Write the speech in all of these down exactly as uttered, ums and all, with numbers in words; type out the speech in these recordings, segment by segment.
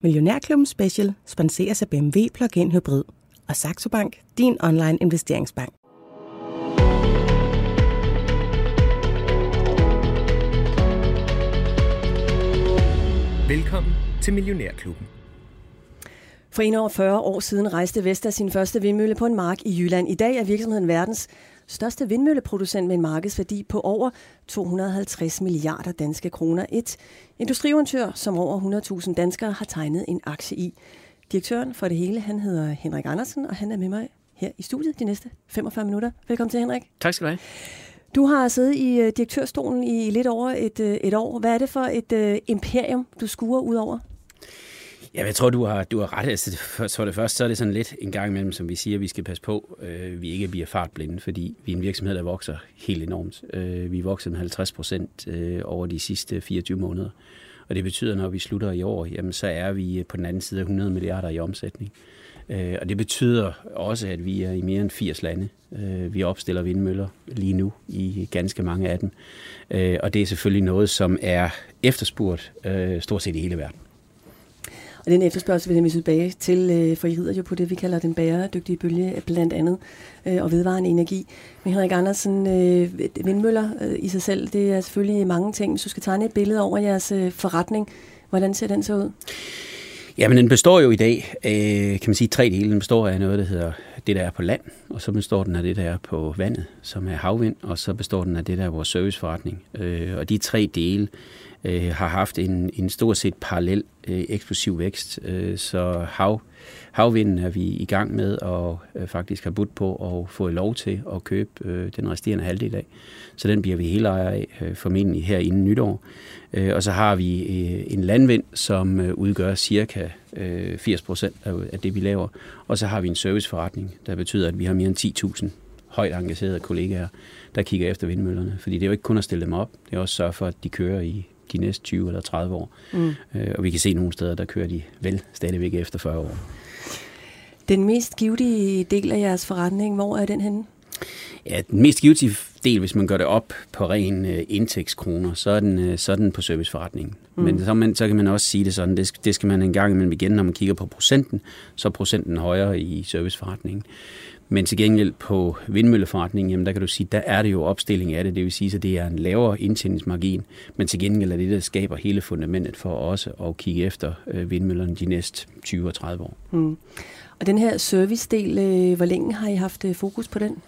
Millionærklubben Special sponseres af B M W Plug-in Hybrid og Saxo Bank, din online investeringsbank. Velkommen til Millionærklubben. For enogfyrre år siden rejste Vestas sin første vindmølle på en mark i Jylland. I dag er virksomheden verdens største vindmølleproducent med en markedsværdi på over to hundrede og halvtreds milliarder danske kroner. Et industrieventyr, som over hundrede tusind danskere har tegnet en aktie i. Direktøren for det hele, han hedder Henrik Andersen, og han er med mig her i studiet de næste femogfyrre minutter. Velkommen til, Henrik. Tak skal du have. Du har siddet i direktørstolen i lidt over et, et år. Hvad er det for et uh, imperium, du skuer ud over? Ja, jeg tror, du har, du har ret. Altså, for det første, så er det sådan lidt en gang imellem, som vi siger, vi skal passe på, øh, vi ikke bliver fartblinde, fordi vi er en virksomhed, der vokser helt enormt. Øh, vi vokser med halvtreds procent øh, over de sidste fireogtyve måneder. Og det betyder, når vi slutter i år, jamen, så er vi på den anden side af hundrede milliarder i omsætning. Øh, og det betyder også, at vi er i mere end firs lande. Øh, vi opstiller vindmøller lige nu i ganske mange af dem. Øh, og det er selvfølgelig noget, som er efterspurgt øh, stort set i hele verden. Og den efterspørgsel vil jeg tilbage til, for I rider jo på det, vi kalder den bæredygtige bølge, blandt andet, og vedvarende energi. Men Henrik Andersen, vindmøller i sig selv, det er selvfølgelig mange ting. Hvis du skal tegne et billede over jeres forretning, hvordan ser den så ud? Jamen, den består jo i dag af, kan man sige, tre dele. Den består af noget, der hedder det, der er på land, og så består den af det, der er på vandet, som er havvind, og så består den af det, der er vores serviceforretning. Og de tre dele har haft en, en stort set parallel øh, eksplosiv vækst. Øh, så hav, havvinden er vi i gang med og øh, faktisk har budt på at få lov til at købe øh, den resterende halvdel af. Så den bliver vi hele ejer af, øh, formentlig her inden nytår. Øh, og så har vi øh, en landvind, som øh, udgør cirka øh, firs procent af, af det, vi laver. Og så har vi en serviceforretning, der betyder, at vi har mere end ti tusind højt engagerede kollegaer, der kigger efter vindmøllerne. Fordi det er jo ikke kun at stille dem op, det er også at sørge for, at de kører i de næste tyve eller tredive år. Mm. Øh, og vi kan se nogle steder, der kører de vel stadigvæk efter fyrre år. Den mest givtige del af jeres forretning, hvor er den henne? Ja, den mest givtige del, hvis man gør det op på ren øh, indtægtskroner, så er den, øh, så er den på serviceforretningen. Mm. Men så, man, så kan man også sige det sådan, det, det skal man en gang imellem igen, når man kigger på procenten, så er procenten højere i serviceforretningen. Men til gengæld på vindmølleforretningen, jamen der kan du sige, der er det jo opstilling af det. Det vil sige, at det er en lavere indtjeningsmargin, men til gengæld er det, der skaber hele fundamentet for også at kigge efter vindmøllerne de næste tyve og tredive år. Mm. Og den her servicedel, hvor længe har I haft fokus på den?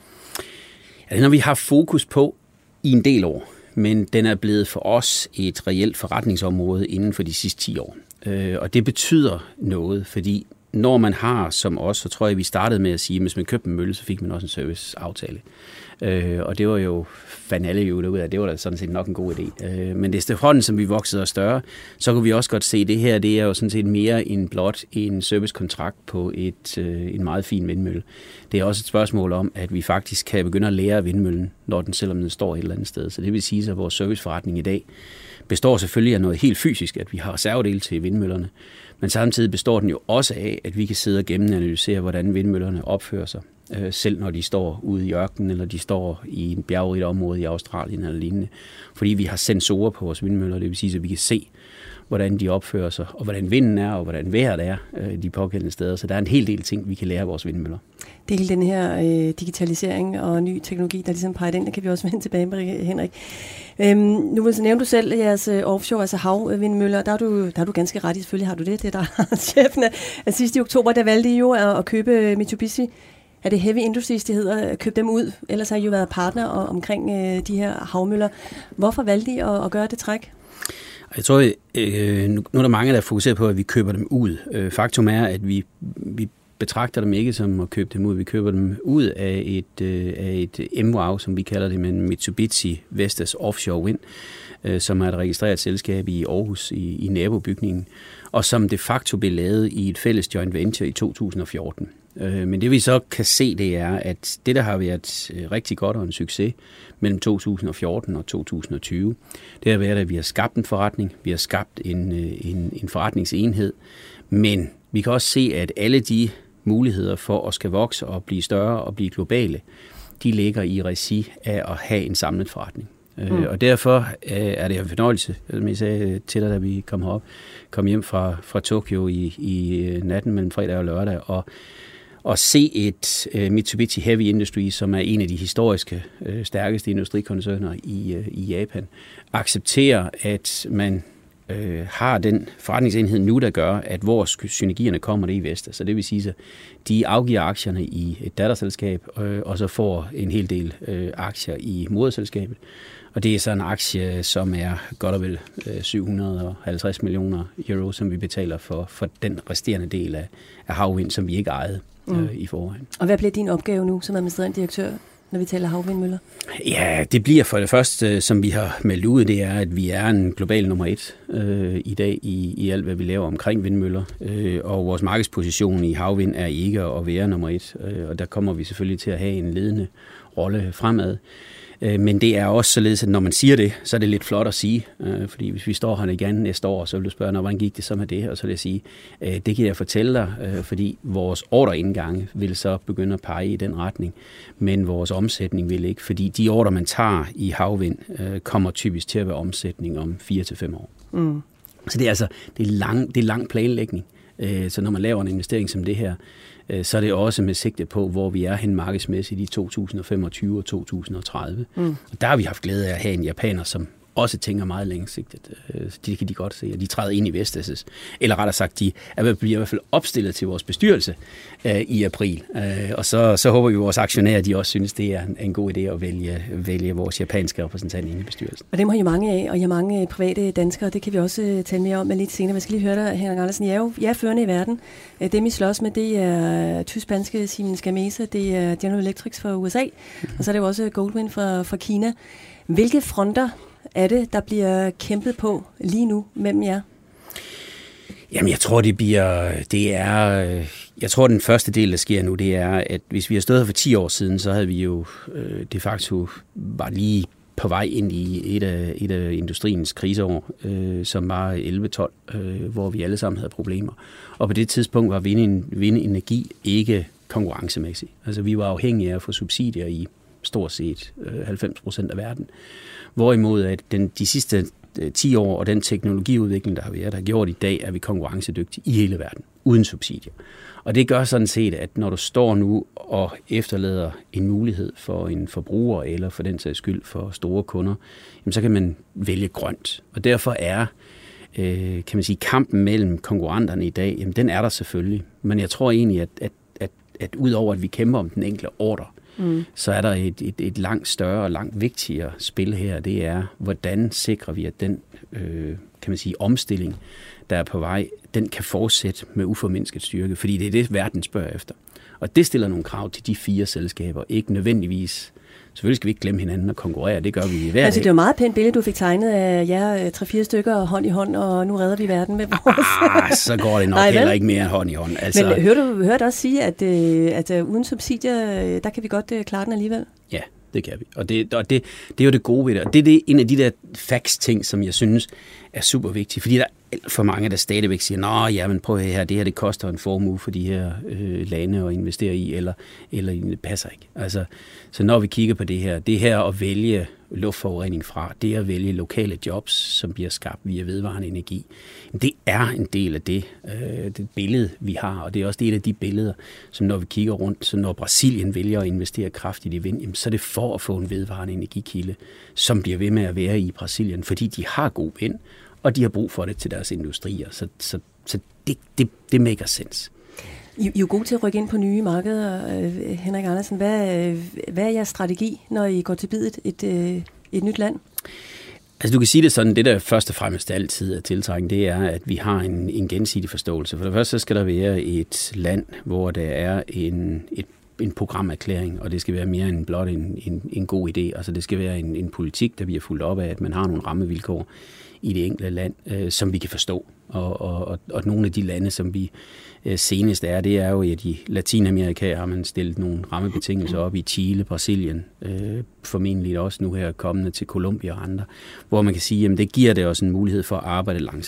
Ja, den har vi haft fokus på i en del år, men den er blevet for os et reelt forretningsområde inden for de sidste ti år. Og det betyder noget, fordi når man har som os, så tror jeg, vi startede med at sige, at hvis man købte en mølle, så fik man også en serviceaftale. Øh, og det var jo, fandt alle jo derude af, det var da sådan set nok en god idé. Øh, men det er efterhånden, som vi voksede og større, så kunne vi også godt se, at det her, det er jo sådan set mere end blot en servicekontrakt på et, øh, en meget fin vindmølle. Det er også et spørgsmål om, at vi faktisk kan begynde at lære vindmøllen, når den, selvom den står et eller andet sted. Så det vil sige, at vores serviceforretning i dag består selvfølgelig af noget helt fysisk, at vi har reservedele til vindmøllerne, men samtidig består den jo også af, at vi kan sidde og gennemanalysere, hvordan vindmøllerne opfører sig, øh, selv når de står ude i ørkenen, eller de står i en bjergrigt område i Australien eller lignende. Fordi vi har sensorer på vores vindmøller, det vil sige, at vi kan se, hvordan de opfører sig, og hvordan vinden er, og hvordan vejret er øh, de pågældende steder. Så der er en hel del ting, vi kan lære af vores vindmøller. Det er hele den her øh, digitalisering og ny teknologi, der ligesom peger ind, der kan vi også vende tilbage med, Henrik. Øhm, nu nævnte du selv jeres øh, offshore, altså havvindmøller. Der er, du, der er du ganske ret i, selvfølgelig har du det. Det er der chefen af sidste i oktober, der valgte I jo at, at købe Mitsubishi. Er det Heavy Industries, det hedder, at købe dem ud? Ellers har I jo været partner omkring øh, de her havmøller. Hvorfor valgte I at, at gøre det træk? Jeg tror, øh, nu er der mange, der er fokuseret på, at vi køber dem ud. Øh, faktum er, at vi, vi betragter dem ikke som at købe dem ud. Vi køber dem ud af et, øh, af et M W O W, som vi kalder det, med Mitsubishi Vestas Offshore Wind, øh, som er et registreret selskab i Aarhus i, i nabobygningen, og som de facto blev lavet i et fælles joint venture i to tusind og fjorten. Men det vi så kan se, det er, at det, der har været rigtig godt og en succes mellem to tusind og fjorten og to tusind og tyve, det har været, at vi har skabt en forretning, vi har skabt en, en, en forretningsenhed, men vi kan også se, at alle de muligheder for at skal vokse og blive større og blive globale, de ligger i regi af at have en samlet forretning. Mm. Og derfor er det en fornøjelse, som jeg sagde til dig, da vi kom herop, kom hjem fra, fra Tokyo i, i natten mellem fredag og lørdag, og, og se et uh, Mitsubishi Heavy Industries, som er en af de historiske uh, stærkeste industrikoncerner i, uh, i Japan, acceptere, at man uh, har den forretningsenhed nu, der gør, at hvor synergierne kommer det i Vestas. Så det vil sige, at de afgiver aktierne i et datterselskab, uh, og så får en hel del uh, aktier i moderselskabet. Og det er så en aktie, som er godt og vel syv hundrede og halvtreds millioner euro, som vi betaler for, for den resterende del af, af havvind, som vi ikke ejede mm. øh, i forvejen. Og hvad bliver din opgave nu som administrerende direktør, når vi taler havvindmøller? Ja, det bliver for det første, som vi har meldt ud, det er, at vi er en global nummer et øh, i dag i, i alt, hvad vi laver omkring vindmøller. Øh, og vores markedsposition i havvind er ikke at være nummer et, øh, og der kommer vi selvfølgelig til at have en ledende rolle fremad. Men det er også således, at når man siger det, så er det lidt flot at sige. Fordi hvis vi står her igen næste år, så vil du spørge, hvordan gik det så med det? Og så vil jeg sige, det kan jeg fortælle dig, fordi vores ordreindgange vil så begynde at pege i den retning. Men vores omsætning vil ikke, fordi de ordre, man tager i havvind, kommer typisk til at være omsætning om fire til fem år. Mm. Så det er altså det er lang, det er lang planlægning. Så når man laver en investering som det her, så er det også med sigte på, hvor vi er hen markedsmæssigt i to tusind og femogtyve og to tusind og tredive. Mm. Og der har vi haft glæde af at have en japaner, som også tænker meget længesigtet. Det kan de godt se, og de træder ind i Vestas. Eller rettere sagt, de er, bliver i hvert fald opstillet til vores bestyrelse uh, i april. Uh, og så, så håber vi, at vores aktionærer de også synes, det er en, en god idé at vælge, vælge vores japanske repræsentant ind i bestyrelsen. Og dem har I mange af, og I har mange private danskere. Det kan vi også tale mere om lidt senere. Jeg skal lige høre dig, Henrik Andersen. I er jo jeg er førende i verden. Dem I slås med, det er tysk-spanske Siemens Gamesa, det er General Electric fra U S A, mm. og så er det jo også Goldwind fra, fra Kina. Hvilke fronter er det, der bliver kæmpet på lige nu mellem jer? Jamen, jeg tror, det bliver, det er, jeg tror, den første del, der sker nu, det er, at hvis vi har stået her for ti år siden, så havde vi jo de facto var lige på vej ind i et af, et af industriens kriseår, øh, som var elleve tolv, øh, hvor vi alle sammen havde problemer. Og på det tidspunkt var vindenergi ikke konkurrencemæssig. Altså, vi var afhængige af at få subsidier i stort set øh, halvfems procent af verden. Hvorimod at den, de sidste ti år og den teknologiudvikling, der har været, der har gjort i dag, er vi konkurrencedygtige i hele verden, uden subsidier. Og det gør sådan set, at når du står nu og efterlader en mulighed for en forbruger, eller for den sags skyld for store kunder, jamen så kan man vælge grønt. Og derfor er øh, kan man sige, kampen mellem konkurrenterne i dag, jamen den er der selvfølgelig. Men jeg tror egentlig, at, at, at, at udover at vi kæmper om den enkelte ordre, Mm. så er der et, et, et langt større og langt vigtigere spil her. Det er, hvordan sikrer vi, at den øh, kan man sige, omstilling, der er på vej, den kan fortsætte med uformindsket styrke, fordi det er det, verden spørger efter. Og det stiller nogle krav til de fire selskaber, ikke nødvendigvis. Selvfølgelig skal vi ikke glemme hinanden og konkurrere, det gør vi i hver altså, det er jo meget pænt billede, du fik tegnet af jer tre-fire stykker hånd i hånd, og nu redder vi verden med vores... Ah, så går det nok Nej, heller ikke mere end hånd i hånd. Altså... Men hører du hørte også sige, at, at, at uden subsidier, der kan vi godt klare den alligevel? Ja, det kan vi. Og det, og det, det er jo det gode ved det. Og det er det, en af de der facts-ting, som jeg synes er super vigtige, fordi der er for mange, der stadigvæk siger, nå, ja, men prøv her, det her, det koster en formue for de her øh, lande at investere i, eller, eller det passer ikke. Altså, så når vi kigger på det her, det her at vælge luftforurening fra, det at vælge lokale jobs, som bliver skabt via vedvarende energi, det er en del af det, øh, det billede, vi har, og det er også et af de billeder, som når vi kigger rundt, så når Brasilien vælger at investere kraftigt i vind, jamen, så er det for at få en vedvarende energikilde, som bliver ved med at være i Brasilien, fordi de har god vind, og de har brug for det til deres industrier. Så, så, så det, det, det maker sense. I, I er jo gode til at rykke ind på nye markeder, øh, Henrik Andersen. Hvad, øh, hvad er jeres strategi, når I går til bidet et, øh, et nyt land? Altså du kan sige det sådan, det der først og fremmest altid er tiltrækken, det er, at vi har en, en gensidig forståelse. For det første så skal der være et land, hvor der er en, et en programerklæring, og det skal være mere end blot en, en, en god idé. Altså det skal være en, en politik, der bliver fulgt op af, at man har nogle rammevilkår i det enkelte land, øh, som vi kan forstå. Og, og, og nogle af de lande, som vi øh, senest er, det er jo, at i Latinamerika har man stillet nogle rammebetingelser op i Chile, Brasilien, øh, formentlig også nu her kommende til Colombia og andre, hvor man kan sige, at det giver det også en mulighed for at arbejde langsigtet.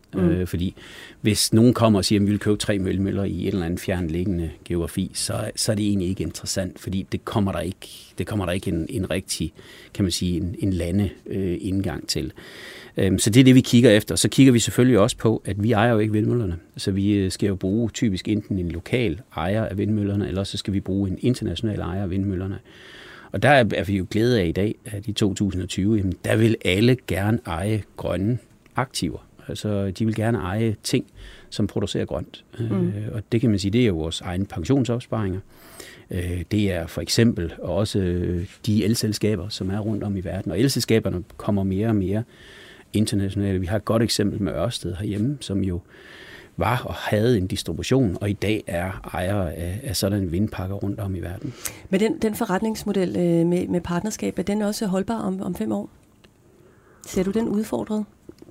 Mm. Øh, fordi hvis nogen kommer og siger, at vi vil købe tre vindmøller i en eller anden fjernliggende geografi, så, så er det egentlig ikke interessant, fordi det kommer der ikke, det kommer der ikke en, en rigtig, kan man sige, en, en lande øh, indgang til. Øh, så det er det, vi kigger efter. Så kigger vi selvfølgelig også på, at vi ejer jo ikke vindmøllerne. Så vi skal jo bruge typisk enten en lokal ejer af vindmøllerne, eller så skal vi bruge en international ejer af vindmøllerne. Og der er vi jo glæde af i dag, at i to tusind og tyve, jamen, der vil alle gerne eje grønne aktiver. Altså, de vil gerne eje ting, som producerer grønt. Mm. Øh, og det kan man sige, det er jo vores egne pensionsopsparinger. Øh, det er for eksempel også de elselskaber, som er rundt om i verden. Og elselskaberne kommer mere og mere internationale. Vi har et godt eksempel med Ørsted herhjemme, som jo var og havde en distribution, og i dag er ejere af, af sådan vindpakker rundt om i verden. Men den, den forretningsmodel øh, med, med partnerskab, er den også holdbar om, om fem år? Ser du den udfordret?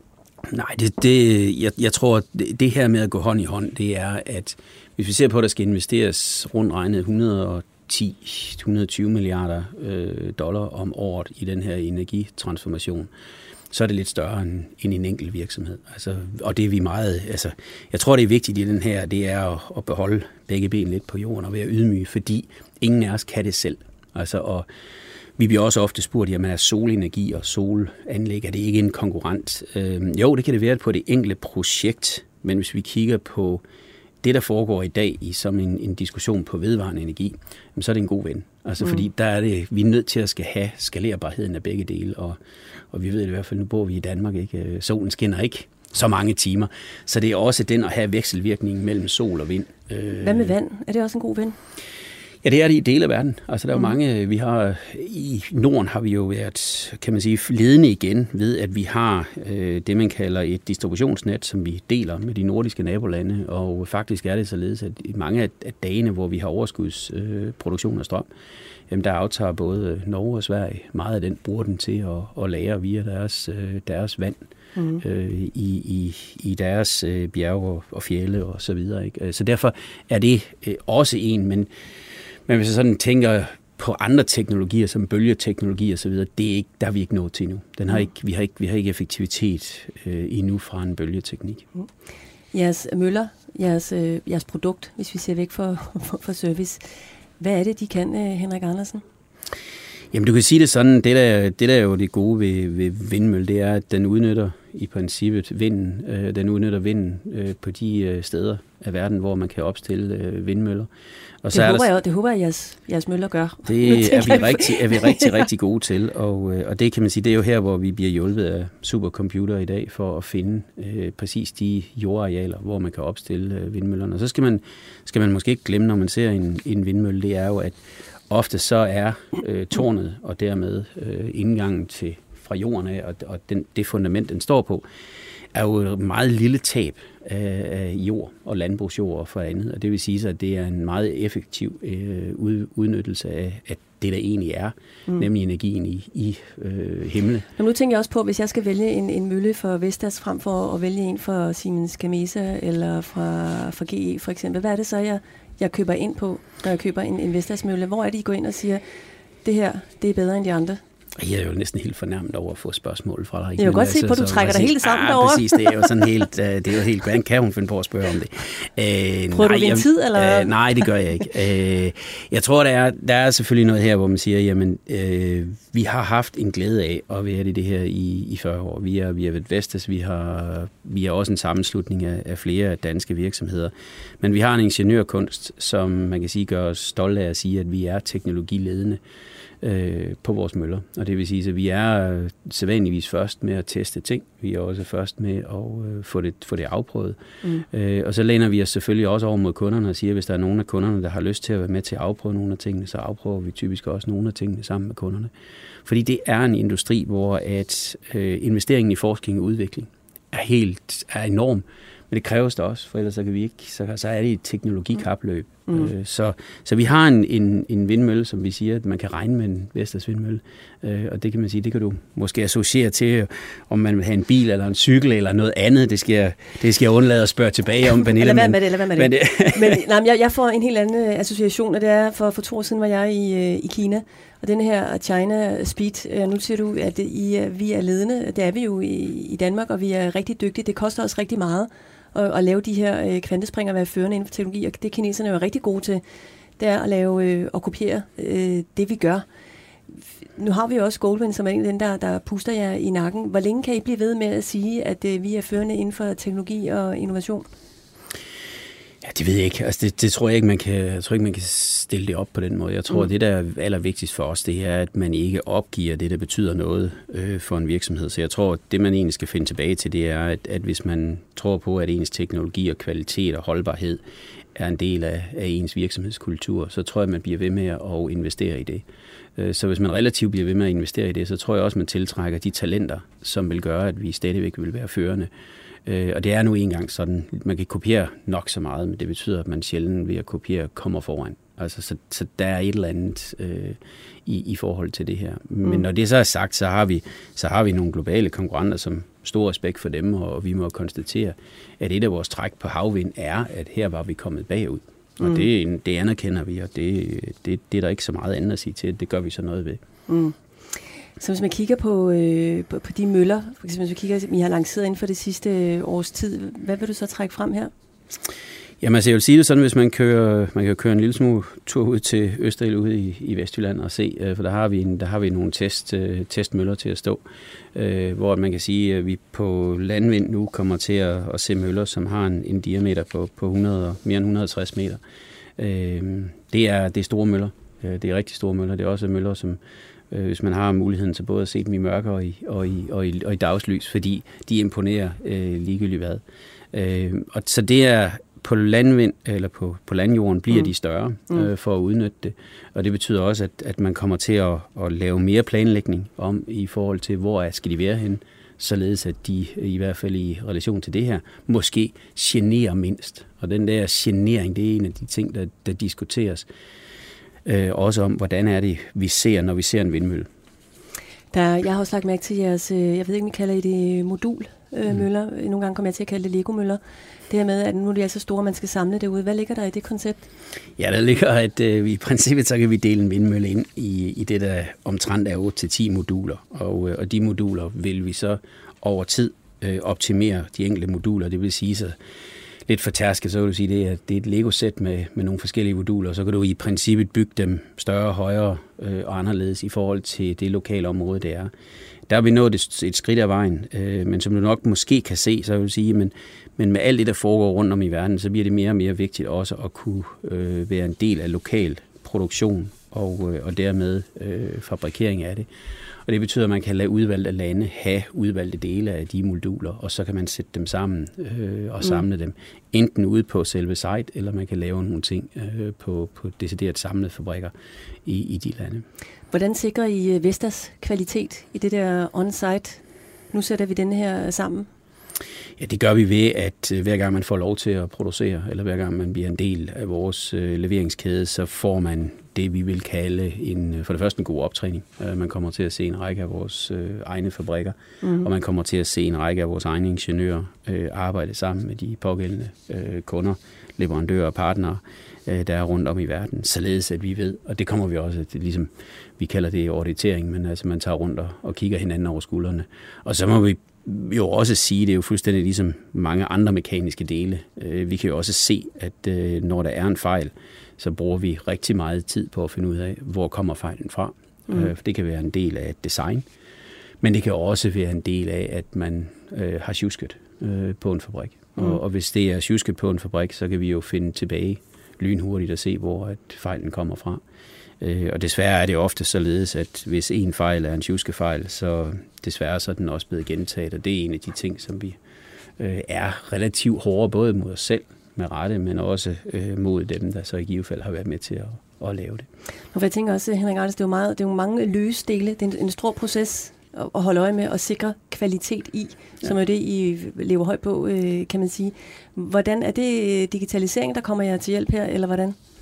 Nej, det, det, jeg, jeg tror, det, det her med at gå hånd i hånd, det er, at hvis vi ser på, at der skal investeres rundt regnet et hundrede og ti til et hundrede og tyve milliarder øh, dollar om året i den her energitransformation, så er det lidt større end, end en enkelt virksomhed. Altså, og det er vi meget, altså, jeg tror, det er vigtigt i den her, det er at, at beholde begge ben lidt på jorden og være ydmyge, fordi ingen af os kan det selv. Altså, og vi bliver også ofte spurgt, jamen er solenergi og solanlæg, er det ikke en konkurrent? Øh, jo, det kan det være på det enkelte projekt, men hvis vi kigger på det, der foregår i dag i som en, en diskussion på vedvarende energi, jamen, så er det en god ven. Altså mm. fordi der er det, vi er nødt til at skal have skalerbarheden af begge dele, og, og vi ved i hvert fald, nu bor vi i Danmark, ikke? Solen skinner ikke så mange timer, så det er også den at have vekselvirkningen mellem sol og vind. Hvad med vand? Er det også en god ven? Ja, det er det i dele af verden. Altså, der er jo mange, vi har, i Norden har vi jo været, kan man sige, ledende igen ved, at vi har øh, det, man kalder et distributionsnet, som vi deler med de nordiske nabolande, og faktisk er det således, at i mange af dagene, hvor vi har overskudsproduktion øh, af strøm, jamen, der aftager både Norge og Sverige meget af den, bruger den til at, at lagre via deres, øh, deres vand. Mm. Øh, i, i, i deres øh, bjerge og, og fjelde og så videre. Ikke? Så derfor er det øh, også en, men Men hvis jeg sådan tænker på andre teknologier, som bølgeteknologi og så videre, det er ikke, der er vi ikke nået til endnu. Den har ikke, vi, har ikke, vi har ikke effektivitet øh, endnu fra en bølgeteknik. Mm. Jeres møller, jeres, øh, jeres produkt, hvis vi ser væk for, for, for service, hvad er det, de kan, øh, Henrik Andersen? Jamen, du kan sige det sådan, det der, det der er jo det gode ved, ved vindmølle, det er, at den udnytter i princippet vinden. Øh, den udnytter vinden øh, på de øh, steder af verden, hvor man kan opstille øh, vindmøller. Og så det, håber der, jeg, det håber jeg, jeres, jeres møller gør. Det er vi rigtig, er vi rigtig, rigtig gode til, og, øh, og det kan man sige, det er jo her, hvor vi bliver hjulpet af supercomputer i dag, for at finde øh, præcis de jordarealer, hvor man kan opstille øh, vindmøllerne. Og så skal man, skal man måske ikke glemme, når man ser en, en vindmølle, det er jo, at ofte så er øh, tårnet, og dermed øh, indgangen til fra jorden af, og, og den, det fundament, den står på, er jo et meget lille tab af, af jord og landbrugsjord og for andet. Og det vil sige, at det er en meget effektiv øh, udnyttelse af, af det, der egentlig er, mm. nemlig energien i, i øh, himlen. Men nu tænker jeg også på, hvis jeg skal vælge en, en mølle for Vestas frem for at vælge en for Siemens Gamesa eller fra, fra G E for eksempel. Hvad er det så, jeg, jeg køber ind på, når jeg køber en, en Vestas-mølle? Hvor er det, I går ind og siger, det her, det er bedre end de andre? Jeg er jo næsten helt fornærmet over at få spørgsmål fra dig. Jeg kan godt se på, at du trækker dig helt sammen ah, derovre. Præcis, det er jo sådan helt, det er jo helt, hvordan kan hun finde på at spørge om det? Øh, Prøver nej, du din tid, eller? Øh, nej, det gør jeg ikke. Øh, jeg tror, der er, der er selvfølgelig noget her, hvor man siger, jamen, øh, vi har haft en glæde af at være i det her i, i fyrre år. Vi er, vi er ved Vestas, vi har, vi er også en sammenslutning af, af flere danske virksomheder. Men vi har en ingeniørkunst, som man kan sige gør os stolte af at sige, at vi er teknologiledende på vores møller. Og det vil sige, at vi er sædvanligvis først med at teste ting. Vi er også først med at få det, få det afprøvet. Mm. Og så læner vi os selvfølgelig også over mod kunderne og siger, at hvis der er nogen af kunderne, der har lyst til at være med til at afprøve nogle af tingene, så afprøver vi typisk også nogle af tingene sammen med kunderne. Fordi det er en industri, hvor at investeringen i forskning og udvikling er helt er enorm. Men det kræves der også, for ellers så kan vi ikke, så, så er det et teknologikapløb Mm. Øh, så, så vi har en, en, en vindmølle, som vi siger, at man kan regne med en Vestas vindmølle. Øh, og det kan man sige, det kan du måske associere til, om man vil have en bil eller en cykel eller noget andet. Det skal jeg, det skal jeg undlade at spørge tilbage om, Pernille. Lad være med det, lad være med det. Men, nej, men jeg, jeg får en helt anden association, og det er, for, for to år siden var jeg i, i Kina, og den her China Speed, nu siger du, at I, vi er ledende. Det er vi jo i, i Danmark, og vi er rigtig dygtige. Det koster os rigtig meget at, at lave de her øh, kvantespring og være førende inden for teknologi, og det kineserne er jo rigtig gode til, det er at lave øh, og kopiere øh, det, vi gør. Nu har vi jo også Goldwind, som er en af dem, der, der puster jer i nakken. Hvor længe kan I blive ved med at sige, at øh, vi er førende inden for teknologi og innovation? Ja, det ved jeg ikke. Altså, det, det tror jeg ikke, man kan, jeg tror ikke, man kan stille det op på den måde. Jeg tror, mm. det, der er allervigtigst for os, det er, at man ikke opgiver det, der betyder noget øh, for en virksomhed. Så jeg tror, at det, man egentlig skal finde tilbage til, det er, at, at hvis man tror på, at ens teknologi og kvalitet og holdbarhed er en del af, af ens virksomhedskultur, så tror jeg, at man bliver ved med at investere i det. Så hvis man relativt bliver ved med at investere i det, så tror jeg også, at man tiltrækker de talenter, som vil gøre, at vi stadigvæk vil være førende. Og det er nu engang sådan, man kan kopiere nok så meget, men det betyder, at man sjældent ved at kopiere kommer foran. Altså, så, så der er et eller andet øh, i, i forhold til det her. Men mm. når det så er sagt, så har vi, så har vi nogle globale konkurrenter, som stor respekt for dem, og vi må konstatere, at et af vores træk på havvind er, at her var vi kommet bagud. Og mm. det, det anerkender vi, og det, det, det er der ikke så meget andet at sige til. Det gør vi så noget ved. Mm. Så hvis man kigger på, øh, på, på de møller, for eksempel hvis vi kigger, vi har lanceret inden for det sidste års tid, hvad vil du så trække frem her? Jamen altså, jeg vil sige det sådan, hvis man kører, man kan køre en lille smule tur ud til Østerild ude i, i Vestjylland og se, øh, for der har vi, en, der har vi nogle test, øh, testmøller til at stå, øh, hvor man kan sige, at vi på landvind nu kommer til at, at se møller, som har en, en diameter på, på hundrede, mere end et hundrede og tres meter. Øh, det, er, det er store møller. Det er rigtig store møller. Det er også møller, som øh, hvis man har muligheden til både at se dem i mørke og i, og i, og i, og i dagslys, fordi de imponerer øh, ligegyldigt hvad. Øh, og så det er på landvind, eller på, på landjorden, bliver mm. de større øh, for at udnytte det. Og det betyder også, at, at man kommer til at, at lave mere planlægning om i forhold til, hvor skal de være henne, således at de, i hvert fald i relation til det her, måske generer mindst. Og den der genering, det er en af de ting, der, der diskuteres. Øh, også om, hvordan er det, vi ser, når vi ser en vindmølle. Der, jeg har også lagt mærke til jeres, jeg ved ikke, om I kalder I det modulmøller. Mm. Nogle gange kommer jeg til at kalde det Lego-møller. Det her med, at nu er de så store, man skal samle det ud. Hvad ligger der i det koncept? Ja, der ligger, at øh, vi i princippet så kan vi dele en vindmølle ind i, i det, der omtrent er otte til ti moduler. Og, øh, og de moduler vil vi så over tid øh, optimere de enkelte moduler. Det vil sige så lidt for tærsket, så vil du sige, det er, det er et Lego-sæt med, med nogle forskellige moduler, så kan du i princippet bygge dem større, højere øh, og anderledes i forhold til det lokale område, det er. Der har vi nået et, et skridt af vejen, øh, men som du nok måske kan se, så vil du sige, men, men med alt det, der foregår rundt om i verden, så bliver det mere og mere vigtigt også at kunne øh, være en del af lokal produktion og, øh, og dermed øh, fabrikering af det. Og det betyder, at man kan lade udvalgte lande have udvalgte dele af de moduler, og så kan man sætte dem sammen øh, og samle mm. dem. Enten ude på selve site, eller man kan lave nogle ting øh, på, på decideret samlede fabrikker i, i de lande. Hvordan sikrer I Vestas kvalitet i det der on-site? Nu sætter vi den her sammen. Ja, det gør vi ved, at hver gang man får lov til at producere, eller hver gang man bliver en del af vores øh, leveringskæde, så får man det, vi vil kalde en, for det første en god optræning. Uh, man kommer til at se en række af vores øh, egne fabrikker, mm. og man kommer til at se en række af vores egne ingeniører øh, arbejde sammen med de pågældende øh, kunder, leverandører og partnere, øh, der er rundt om i verden, således at vi ved, og det kommer vi også til, ligesom vi kalder det auditering, men altså man tager rundt og, og kigger hinanden over skuldrene. Og så må vi jo også sige, det er jo fuldstændig ligesom mange andre mekaniske dele. Vi kan jo også se, at når der er en fejl, så bruger vi rigtig meget tid på at finde ud af, hvor kommer fejlen fra. Mm. Det kan være en del af et design, men det kan også være en del af, at man øh, har sjusket øh, på en fabrik. Mm. Og, og hvis det er sjusket på en fabrik, så kan vi jo finde tilbage lynhurtigt og se, hvor at fejlen kommer fra. Øh, og desværre er det ofte således, at hvis en fejl er en sjuskefejl, så desværre så er den også blevet gentaget, og det er en af de ting, som vi øh, er relativt hårde både mod os selv med rette, men også øh, mod dem, der så i givet fald har været med til at, at lave det. Og jeg tænker også, Henrik Arnes, det er jo, meget, det er jo mange løse dele. Det er en, en stor proces at holde øje med og sikre kvalitet i, ja. Som er det, I lever højt på, øh, kan man sige. Hvordan er det digitalisering, der kommer jer til hjælp her, eller hvordan?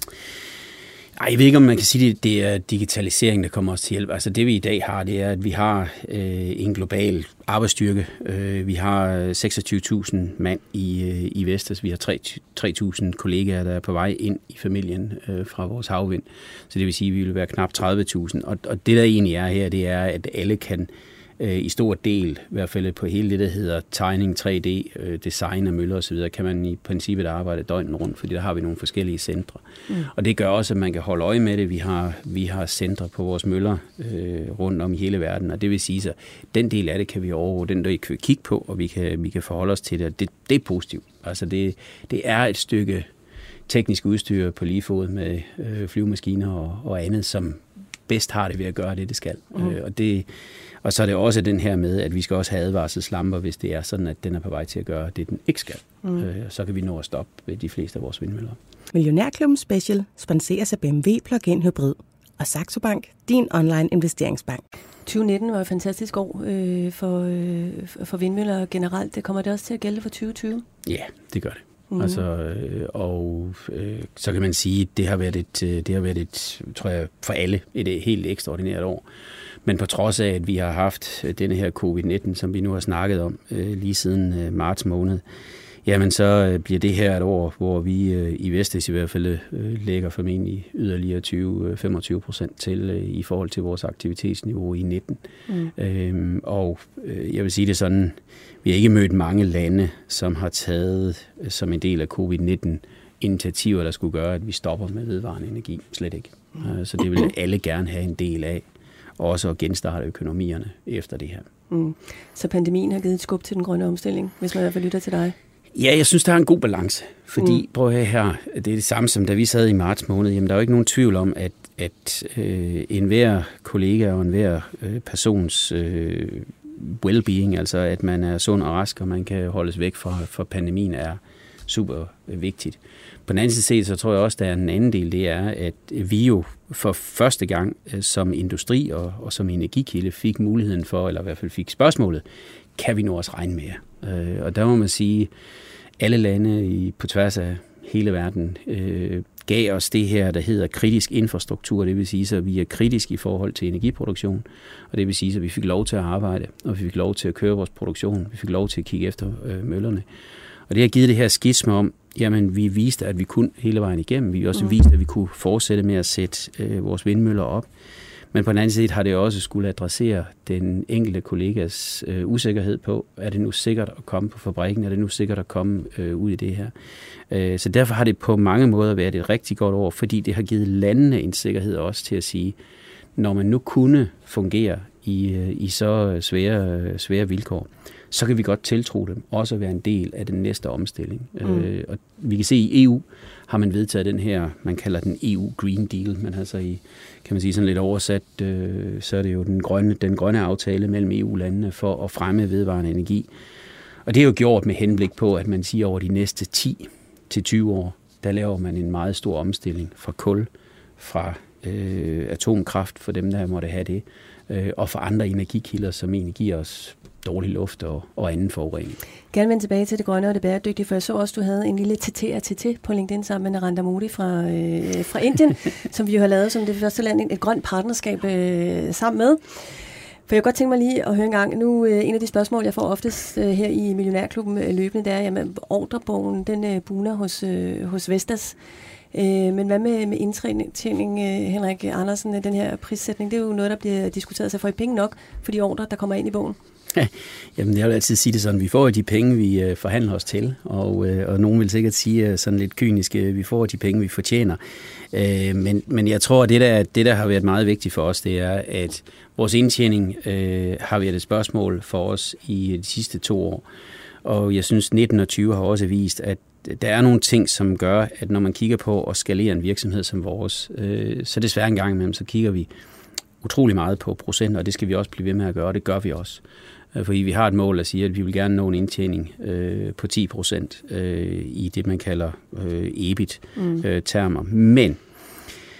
Ej, jeg ved ikke, om man kan sige, at det er digitalisering, der kommer os til hjælp. Altså det vi i dag har, det er, at vi har øh, en global arbejdsstyrke. Øh, vi har seksogtyve tusind mand i, øh, i Vestas. Vi har tre tusind kollegaer, der er på vej ind i familien øh, fra vores havvind. Så det vil sige, at vi vil være knap tredive tusind. Og, og det der egentlig er her, det er, at alle kan øh, i stor del, i hvert fald på hele det, der hedder tegning, tre D, øh, design af møller osv., kan man i princippet arbejde døgnet rundt, fordi der har vi nogle forskellige centre. Mm. Og det gør også, at man kan holde øje med det. Vi har, vi har centre på vores møller øh, rundt om i hele verden, og det vil sige, at den del af det kan vi overvåge, den der kan vi kigge på, og vi kan, vi kan forholde os til det. Det, det er positivt. Altså det, det er et stykke teknisk udstyr på lige fod med øh, flyvemaskiner og, og andet, som bedst har det ved at gøre det, det skal. Mm. Øh, og, det, og så er det også den her med, at vi skal også have advarselslamper, hvis det er sådan, at den er på vej til at gøre det, den ikke skal. Mm. Øh, så kan vi nå at stoppe ved de fleste af vores vindmøller. Millionærklubben Special sponseres af B M W Plug-in Hybrid og Saxo Bank, din online investeringsbank. tyve nitten var et fantastisk år øh, for, øh, for vindmøller generelt. Det kommer det også til at gælde for tyve tyve? Ja, det gør det. Mm. Altså, øh, og øh, så kan man sige, at det har været et, det har været et, tror jeg, for alle et, et helt ekstraordinært år. Men på trods af, at vi har haft denne her covid nitten, som vi nu har snakket om øh, lige siden øh, marts måned, jamen så øh, bliver det her et år, hvor vi øh, i Vestas i hvert fald øh, lægger formentlig yderligere tyve til femogtyve procent til øh, i forhold til vores aktivitetsniveau i nitten. Mm. Øhm, og øh, jeg vil sige det sådan, vi har ikke mødt mange lande, som har taget øh, som en del af covid nitten initiativer, der skulle gøre, at vi stopper med vedvarende energi. Slet ikke. Mm. Øh, så det vil alle gerne have en del af. Og også at genstarte økonomierne efter det her. Mm. Så pandemien har givet et skub til den grønne omstilling, hvis man i hvert fald lytter til dig? Ja, jeg synes, der er en god balance. Fordi, mm. prøv at høre her, det er det samme som da vi sad i marts måned. Jamen, der er jo ikke nogen tvivl om, at, at øh, enhver kollega og enhver øh, persons øh, well-being, altså at man er sund og rask, og man kan holdes væk fra, fra pandemien, er super vigtigt. På den anden side, så tror jeg også, der er en anden del, det er, at vi jo for første gang som industri og, og som energikilde fik muligheden for, eller i hvert fald fik spørgsmålet, kan vi nu også regne mere? Og der må man sige, alle lande i, på tværs af hele verden øh, gav os det her, der hedder kritisk infrastruktur. Det vil sige, at vi er kritiske i forhold til energiproduktion, og det vil sige, at vi fik lov til at arbejde, og vi fik lov til at køre vores produktion, vi fik lov til at kigge efter øh, møllerne. Og det har givet det her skisme om, jamen vi viste, at vi kunne hele vejen igennem. Vi også viste, at vi kunne fortsætte med at sætte øh, vores vindmøller op. Men på den anden side har det også skulle adressere den enkelte kollegas øh, usikkerhed på, er det nu sikkert at komme på fabrikken, er det nu sikkert at komme øh, ud i det her. Øh, så derfor har det på mange måder været et rigtig godt år, fordi det har givet landene en sikkerhed også til at sige, når man nu kunne fungere i, øh, i så svære, svære vilkår, så kan vi godt tiltro dem også at være en del af den næste omstilling. Mm. Øh, og vi kan se, at i E U har man vedtaget den her, man kalder den E U Green Deal, men altså i, kan man sige sådan lidt oversat, øh, så er det jo den grønne, den grønne aftale mellem E U-landene for at fremme vedvarende energi. Og det er jo gjort med henblik på, at man siger over de næste ti til tyve år, der laver man en meget stor omstilling fra kul, fra øh, atomkraft for dem, der måtte have det, øh, og fra andre energikilder, som egentlig giver os dårlig luft og, og anden forurening. Gerne vende tilbage til det grønne og det bæredygtige, for jeg så også, du havde en lille T T R T T på LinkedIn sammen med Narendra Modi fra, øh, fra Indien, som vi jo har lavet som det første land, et grønt partnerskab øh, sammen med. For jeg kunne godt tænke mig lige at høre en gang, nu øh, en af de spørgsmål, jeg får oftest øh, her i Millionærklubben øh, løbende, det er, jamen ordrebogen, den øh, buner hos, øh, hos Vestas. Øh, men hvad med, med indtjening, øh, Henrik Andersen, den her prissætning, det er jo noget, der bliver diskuteret, så får I penge nok for de ordre, der kommer ind i bogen? Jamen, jeg vil altid sige det sådan, vi får de penge, vi øh, forhandler os til, og, øh, og nogen vil sikkert sige sådan lidt kynisk, øh, vi får de penge, vi fortjener. Øh, men, men jeg tror, at det der, det, der har været meget vigtigt for os, det er, at vores indtjening øh, har været et spørgsmål for os i de sidste to år. Og jeg synes, nitten og tyve har også vist, at der er nogle ting, som gør, at når man kigger på at skalere en virksomhed som vores, øh, så desværre en gang imellem, så kigger vi utrolig meget på procenter, og det skal vi også blive ved med at gøre, og det gør vi også. Fordi vi har et mål, der siger, at vi vil gerne nå en indtjening øh, på ti procent øh, i det, man kalder øh, E B I T-termer. Mm. Men jeg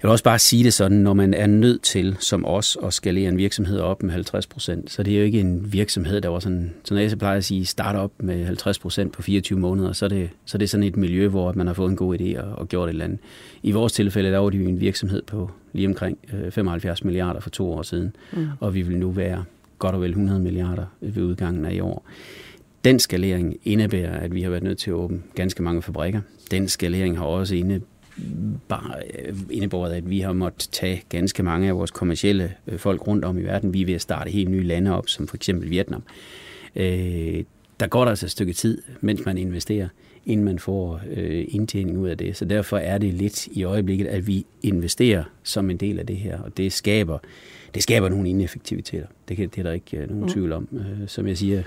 vil også bare sige det sådan, når man er nødt til, som os, at skalere en virksomhed op med halvtreds procent, så det er jo ikke en virksomhed, der var sådan, sådan jeg plejer at sige, start op med halvtreds procent på fireogtyve måneder, så er, det, så er det sådan et miljø, hvor man har fået en god idé og, og gjort et eller andet. I vores tilfælde, der var det jo en virksomhed på lige omkring femoghalvfjerds milliarder for to år siden, mm. og vi vil nu være godt og vel hundrede milliarder ved udgangen af i år. Den skalering indebærer, at vi har været nødt til at åbne ganske mange fabrikker. Den skalering har også indebæret, bare indebåret, at vi har måttet tage ganske mange af vores kommercielle folk rundt om i verden. Vi er ved at starte helt nye lande op, som for eksempel Vietnam. Øh, der går der altså et stykke tid, mens man investerer, inden man får øh, indtjening ud af det. Så derfor er det lidt i øjeblikket, at vi investerer som en del af det her, og det skaber, det skaber nogle ineffektiviteter. Det, kan, det er der ikke øh, nogen mm. tvivl om. Øh, som jeg siger,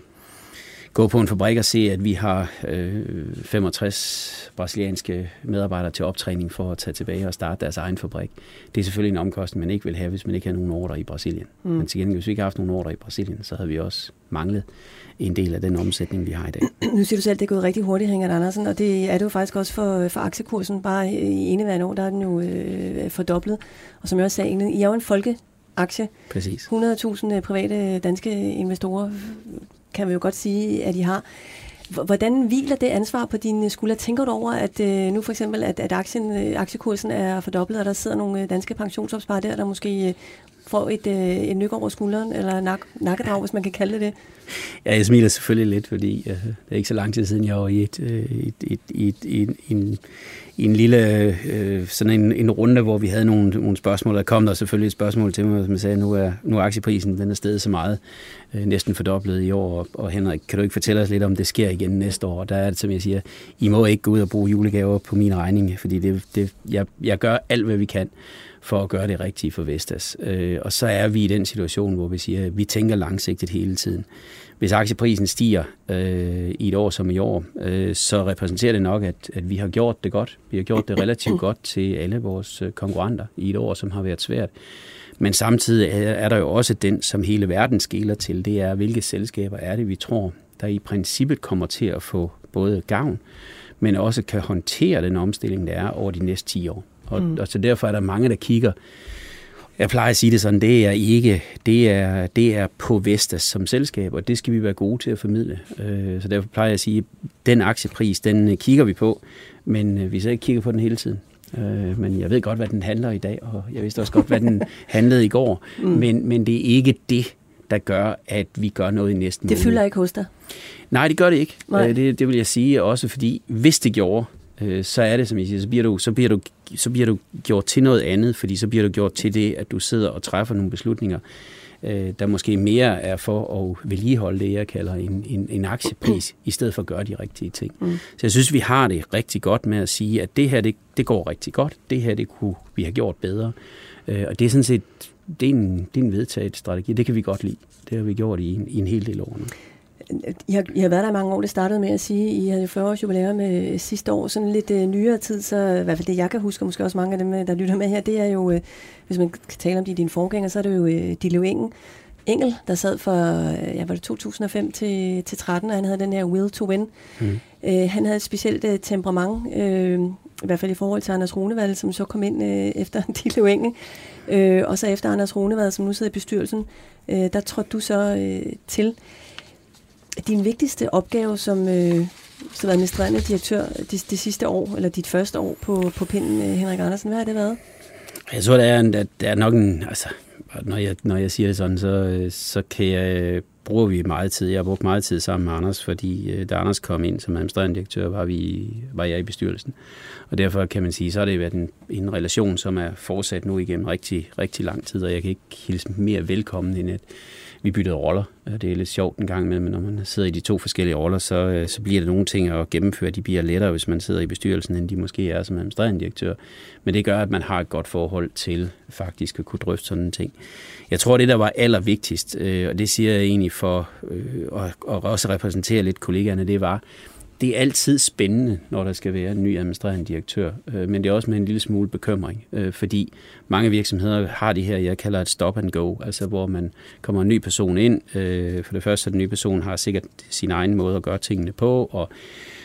gå på en fabrik og se, at vi har øh, femogtres brasilianske medarbejdere til optræning for at tage tilbage og starte deres egen fabrik. Det er selvfølgelig en omkostning, man ikke vil have, hvis man ikke har nogen ordre i Brasilien. Mm. Men til gengæld, hvis vi ikke har haft nogen ordre i Brasilien, så havde vi også manglet en del af den omsætning, vi har i dag. Nu siger du selv, at det er gået rigtig hurtigt, Henrik Andersen, og det er det jo faktisk også for, for aktiekursen. Bare i indeværende år, der er den jo øh, fordoblet. Og som jeg også sagde, I er jo en folkeaktie. Præcis. hundrede tusind private danske investorer kan vi jo godt sige, at I har. Hvordan hviler det ansvar på dine skuldre? Tænker du over, at øh, nu for eksempel, at, at aktien, aktiekursen er fordoblet, og der sidder nogle danske pensionsopsparere der, der måske får et, øh, et nyk over skulderen, eller nak, nakkedrag, hvis man kan kalde det det? Ja, jeg smiler selvfølgelig lidt, fordi øh, det er ikke så lang tid siden, jeg var i et, øh, et, et, et, et, en, en lille øh, sådan en, en runde, hvor vi havde nogle, nogle spørgsmål. Der kom der selvfølgelig et spørgsmål til mig, som jeg sagde, nu er, nu er aktieprisen, den er steget så meget, øh, næsten fordoblet i år, og, og Henrik, kan du ikke fortælle os lidt om, det sker igen næste år? Og der er det, som jeg siger, I må ikke gå ud og bruge julegaver på min regning, fordi det, det, jeg, jeg gør alt, hvad vi kan for at gøre det rigtige for Vestas. Øh, og så er vi i den situation, hvor vi siger, at vi tænker langsigtet hele tiden. Hvis aktieprisen stiger øh, i et år som i år, øh, så repræsenterer det nok, at, at vi har gjort det godt. Vi har gjort det relativt godt til alle vores konkurrenter i et år, som har været svært. Men samtidig er, er der jo også den, som hele verden skeler til, det er, hvilke selskaber er det, vi tror, der i princippet kommer til at få både gavn, men også kan håndtere den omstilling, der er over de næste ti år. Og, mm. og så derfor er der mange, der kigger. Jeg plejer at sige det sådan, det er ikke, det er, det er på Vestas som selskab, og det skal vi være gode til at formidle. Så derfor plejer jeg at sige, den aktiepris, den kigger vi på, men vi så ikke kigger på den hele tiden. Men jeg ved godt, hvad den handler i dag, og jeg vidste også godt, hvad den handlede i går. Mm. Men, men det er ikke det, der gør, at vi gør noget i næste måned. Det fylder ikke hos dig? Nej, det gør det ikke. Det, det vil jeg sige også, fordi hvis det gjorde, så er det, som jeg siger, så bliver du, så bliver du, så bliver du gjort til noget andet, fordi så bliver du gjort til det, at du sidder og træffer nogle beslutninger, der måske mere er for at vedligeholde det, jeg kalder en, en, en aktiepris, i stedet for at gøre de rigtige ting. Mm. Så jeg synes, vi har det rigtig godt med at sige, at det her, det, det går rigtig godt. Det her, det kunne vi have gjort bedre. Og det er sådan set, det er en, det er en vedtaget strategi. Det kan vi godt lide. Det har vi gjort i en, i en hel del år nu. I har, I har været der i mange år. Det startede med at sige, at I havde fyrre års jubilæum med sidste år. Sådan lidt uh, nyere tid, så i hvert fald det, jeg kan huske, og måske også mange af dem, der lytter med her, det er jo, uh, hvis man kan tale om de dine forgængere, så er det jo uh, Ditlev Engel, Engel, der sad for, ja, var det to tusind og fem til, til tretten, og han havde den her will to win. Mm. Uh, han havde et specielt uh, temperament, uh, i hvert fald i forhold til Anders Runevad, som så kom ind uh, efter Ditlev Engel. Uh, og så efter Anders Runevad, som nu sidder i bestyrelsen, uh, der trådte du så uh, til. Din vigtigste opgave som, øh, som administrerende direktør det, det sidste år, eller dit første år på, på pinden, Henrik Andersen, hvad har det været? Jeg tror, der er, en, der, der er nok en... Altså, når jeg, når jeg siger det sådan, så, så kan jeg, bruger vi meget tid. Jeg har brugt meget tid sammen med Anders, fordi da Anders kom ind som administrerende direktør, var, vi, var jeg i bestyrelsen. Og derfor kan man sige, så har det været en, en relation, som er fortsat nu igennem rigtig, rigtig lang tid, og jeg kan ikke hilse mere velkommen end at vi byttede roller. Det er lidt sjovt en gang imellem, men når man sidder i de to forskellige roller, så, så bliver der nogle ting at gennemføre. De bliver lettere, hvis man sidder i bestyrelsen, end de måske er som administrerende direktør. Men det gør, at man har et godt forhold til faktisk at kunne drøfte sådan en ting. Jeg tror, det der var allervigtigst, og det siger jeg egentlig for at også repræsentere lidt kollegaerne, det var, det er altid spændende, når der skal være en ny administrerende direktør, men det er også med en lille smule bekymring, fordi mange virksomheder har det her, jeg kalder et stop and go, altså hvor man kommer en ny person ind. For det første, så den nye person har sikkert sin egen måde at gøre tingene på, og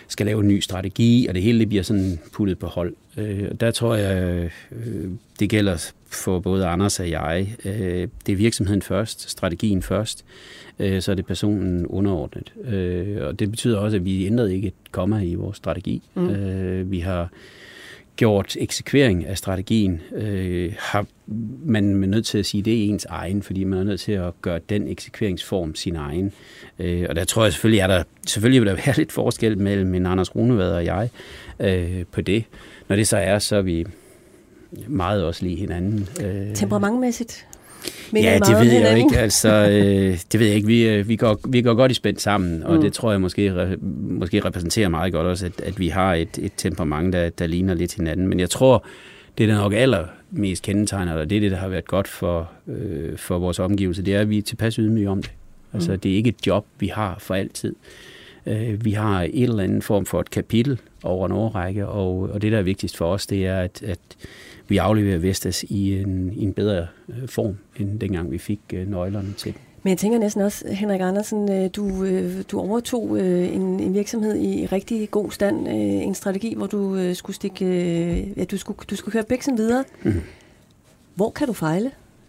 skal lave en ny strategi, og det hele det bliver sådan puttet på hold. Øh, og der tror jeg, øh, det gælder for både Anders og jeg. Øh, det er virksomheden først, strategien først, øh, så er det personen underordnet. Øh, og det betyder også, at vi ændrede ikke et komma i vores strategi. Mm. Øh, vi har gjort eksekvering af strategien, øh, har man er nødt til at sige, at det er ens egen, fordi man er nødt til at gøre den eksekveringsform sin egen. Øh, og der tror jeg selvfølgelig, er der, selvfølgelig vil der være lidt forskel mellem en Anders Runevad og jeg øh, på det. Når det så er, så er vi meget også lige hinanden. Øh, Temperamentmæssigt? Ja, det ved jeg ikke. Altså, øh, det ved jeg ikke. Vi, vi, går, vi går godt i spændt sammen, og mm. det tror jeg måske, måske repræsenterer meget godt også, at, at vi har et, et temperament, der, der ligner lidt hinanden. Men jeg tror, det der nok allermest kendetegner, og det er det, der har været godt for, øh, for vores omgivelser, det er, at vi er tilpas ydmyge om det. Altså, mm. det er ikke et job, vi har for altid. Øh, vi har et eller andet form for et kapitel over en årrække, og, og det, der er vigtigst for os, det er, at, at vi afleverer Vestas i en, i en bedre øh, form, end dengang vi fik øh, nøglerne til. Men jeg tænker næsten også, Henrik Andersen, du, du overtog en, en virksomhed i rigtig god stand, en strategi, hvor du skulle stikke, ja, du skulle, du skulle køre biksen videre. Mm. Hvor kan du fejle?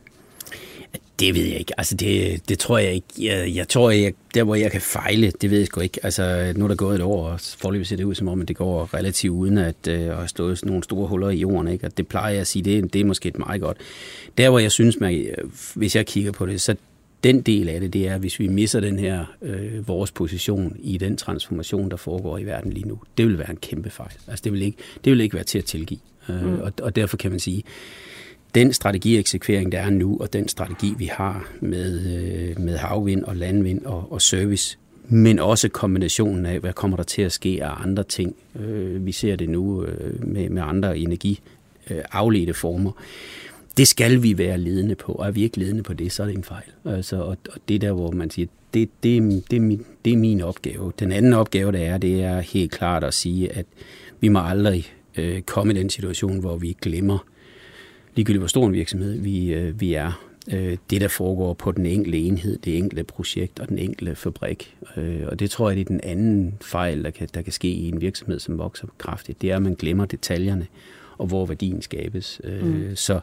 Det ved jeg ikke. Altså det, det tror jeg ikke. Jeg, jeg tror, jeg, der hvor jeg kan fejle, det ved jeg sgu ikke. Altså nu er der gået et år, og foreløbig ser det ud som om, at det går relativt uden at uh, have stået nogle store huller i jorden. Ikke? Og det plejer jeg at sige, det, det er måske et meget godt. Der hvor jeg synes, man, hvis jeg kigger på det, så den del af det, det er, hvis vi misser den her, øh, vores position i den transformation, der foregår i verden lige nu. Det vil være en kæmpe fejl. Altså det vil ikke, det vil ikke være til at tilgive. Mm. Øh, og, og derfor kan man sige, den strategieksekvering, der er nu, og den strategi, vi har med, øh, med havvind og landvind og, og service, men også kombinationen af, hvad kommer der til at ske af andre ting. Øh, vi ser det nu øh, med, med andre energi, øh, afledte former. Det skal vi være ledende på, og er vi ikke ledende på det, så er det en fejl. Altså, og, og det der, hvor man siger, det, det, det, er min, det er min opgave. Den anden opgave, der er, det er helt klart at sige, at vi må aldrig øh, komme i den situation, hvor vi glemmer, ligegyldigt hvor stor en virksomhed vi, øh, vi er, øh, det der foregår på den enkelte enhed, det enkelte projekt og den enkelte fabrik. Øh, og det tror jeg, det er den anden fejl, der kan, der kan ske i en virksomhed, som vokser kraftigt. Det er, at man glemmer detaljerne, og hvor værdien skabes. Mm. Så,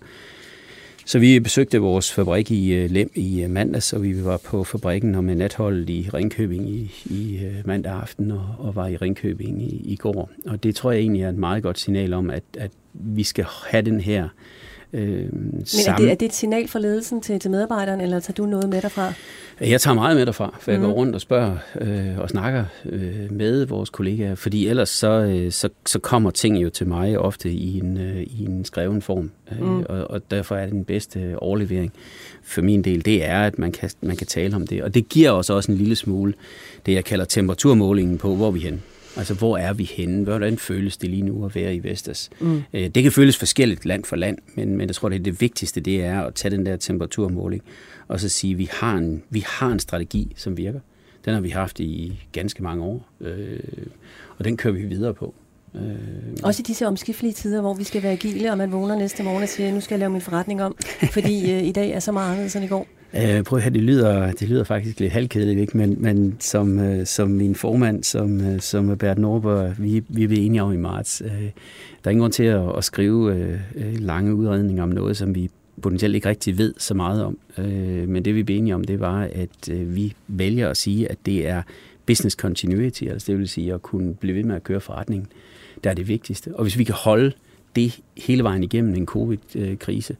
så vi besøgte vores fabrik i Lem i mandags, og vi var på fabrikken og med natholdet i Ringkøbing i, i mandag aften, og, og var i Ringkøbing i, i går. Og det tror jeg egentlig er et meget godt signal om, at, at vi skal have den her Øh, Men er det, er det et signal for ledelsen til, til medarbejderen, eller tager du noget med derfra? Jeg tager meget med derfra, for jeg mm. går rundt og spørger øh, og snakker øh, med vores kollegaer, fordi ellers så, øh, så, så kommer ting jo til mig ofte i en, øh, i en skreven form, øh, mm. og, og derfor er det den bedste overlevering for min del, det er, at man kan, man kan tale om det, og det giver os også en lille smule, det jeg kalder temperaturmålingen på, hvor vi er henne. Altså, hvor er vi henne? Hvordan føles det lige nu at være i Vestas? Mm. Det kan føles forskelligt land for land, men, men jeg tror, det er det vigtigste, det er at tage den der temperaturmåling, og så sige, at vi har en, vi har en strategi, som virker. Den har vi haft i ganske mange år, øh, og den kører vi videre på. Øh, Også i disse omskiftelige tider, hvor vi skal være agile, og man vågner næste morgen og siger, nu skal jeg lave min forretning om, fordi øh, i dag er så meget anderledes end i går. Øh, prøv at høre, det lyder, det lyder faktisk lidt halvkedeligt, ikke? Men, men som, øh, som min formand, som, øh, som Bert Nordberg, vi, vi blev enige om i marts. Øh, der er ingen grund til at, at skrive øh, lange udredninger om noget, som vi potentielt ikke rigtig ved så meget om. Øh, men det vi blev enige om, det var, at øh, vi vælger at sige, at det er business continuity, altså det vil sige at kunne blive ved med at køre forretningen, der er det vigtigste. Og hvis vi kan holde det hele vejen igennem en covid-krise.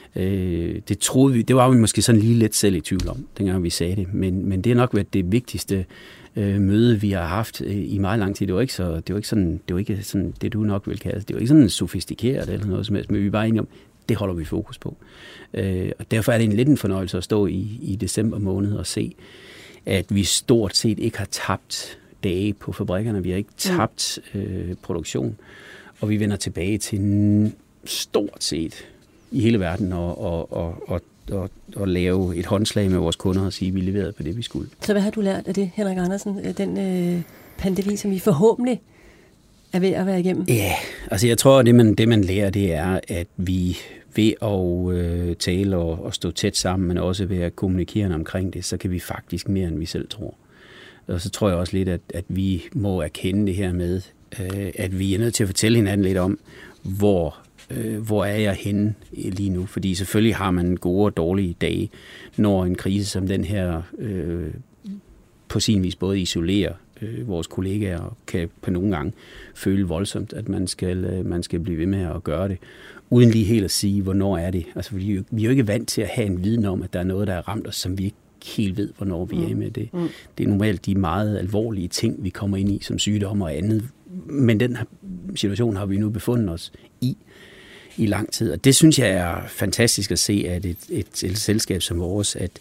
Det troede vi, det var vi måske sådan lige lidt selv i tvivl om, dengang vi sagde det, men, men det har nok været det vigtigste øh, møde, vi har haft øh, i meget lang tid. Det var ikke så, det var ikke sådan, det var ikke sådan, det du nok vil kalde det, det var ikke sådan sofistikeret eller noget som helst, men vi var enige om, det holder vi fokus på. Øh, og derfor er det en lidt en fornøjelse at stå i, i december måned og se, at vi stort set ikke har tabt dage på fabrikkerne, vi har ikke tabt øh, produktion, og vi vender tilbage til stort set i hele verden og, og, og, og, og, og lave et håndslag med vores kunder og sige, at vi leverede på det, vi skulle. Så hvad har du lært af det, Henrik Andersen, den øh, pandemi, som vi forhåbentlig er ved at være igennem? Ja, yeah, altså jeg tror, at det man, det man lærer, det er, at vi ved at øh, tale og, og stå tæt sammen, men også ved at kommunikere omkring det, så kan vi faktisk mere, end vi selv tror. Og så tror jeg også lidt, at, at vi må erkende det her med, øh, at vi er nødt til at fortælle hinanden lidt om, hvor, øh, hvor er jeg henne lige nu. Fordi selvfølgelig har man gode og dårlige dage, når en krise som den her øh, på sin vis både isolerer øh, vores kollegaer og kan på nogle gange føle voldsomt, at man skal, øh, man skal blive ved med at gøre det, uden lige helt at sige, hvornår er det. Altså, fordi vi er jo ikke vant til at have en viden om, at der er noget, der er ramt os, som vi ikke helt ved, hvornår vi er med det. Mm. Det er normalt de meget alvorlige ting, vi kommer ind i, som sygdom og andet. Men den situation har vi nu befundet os i i lang tid. Og det synes jeg er fantastisk at se, at et, et, et selskab som vores, at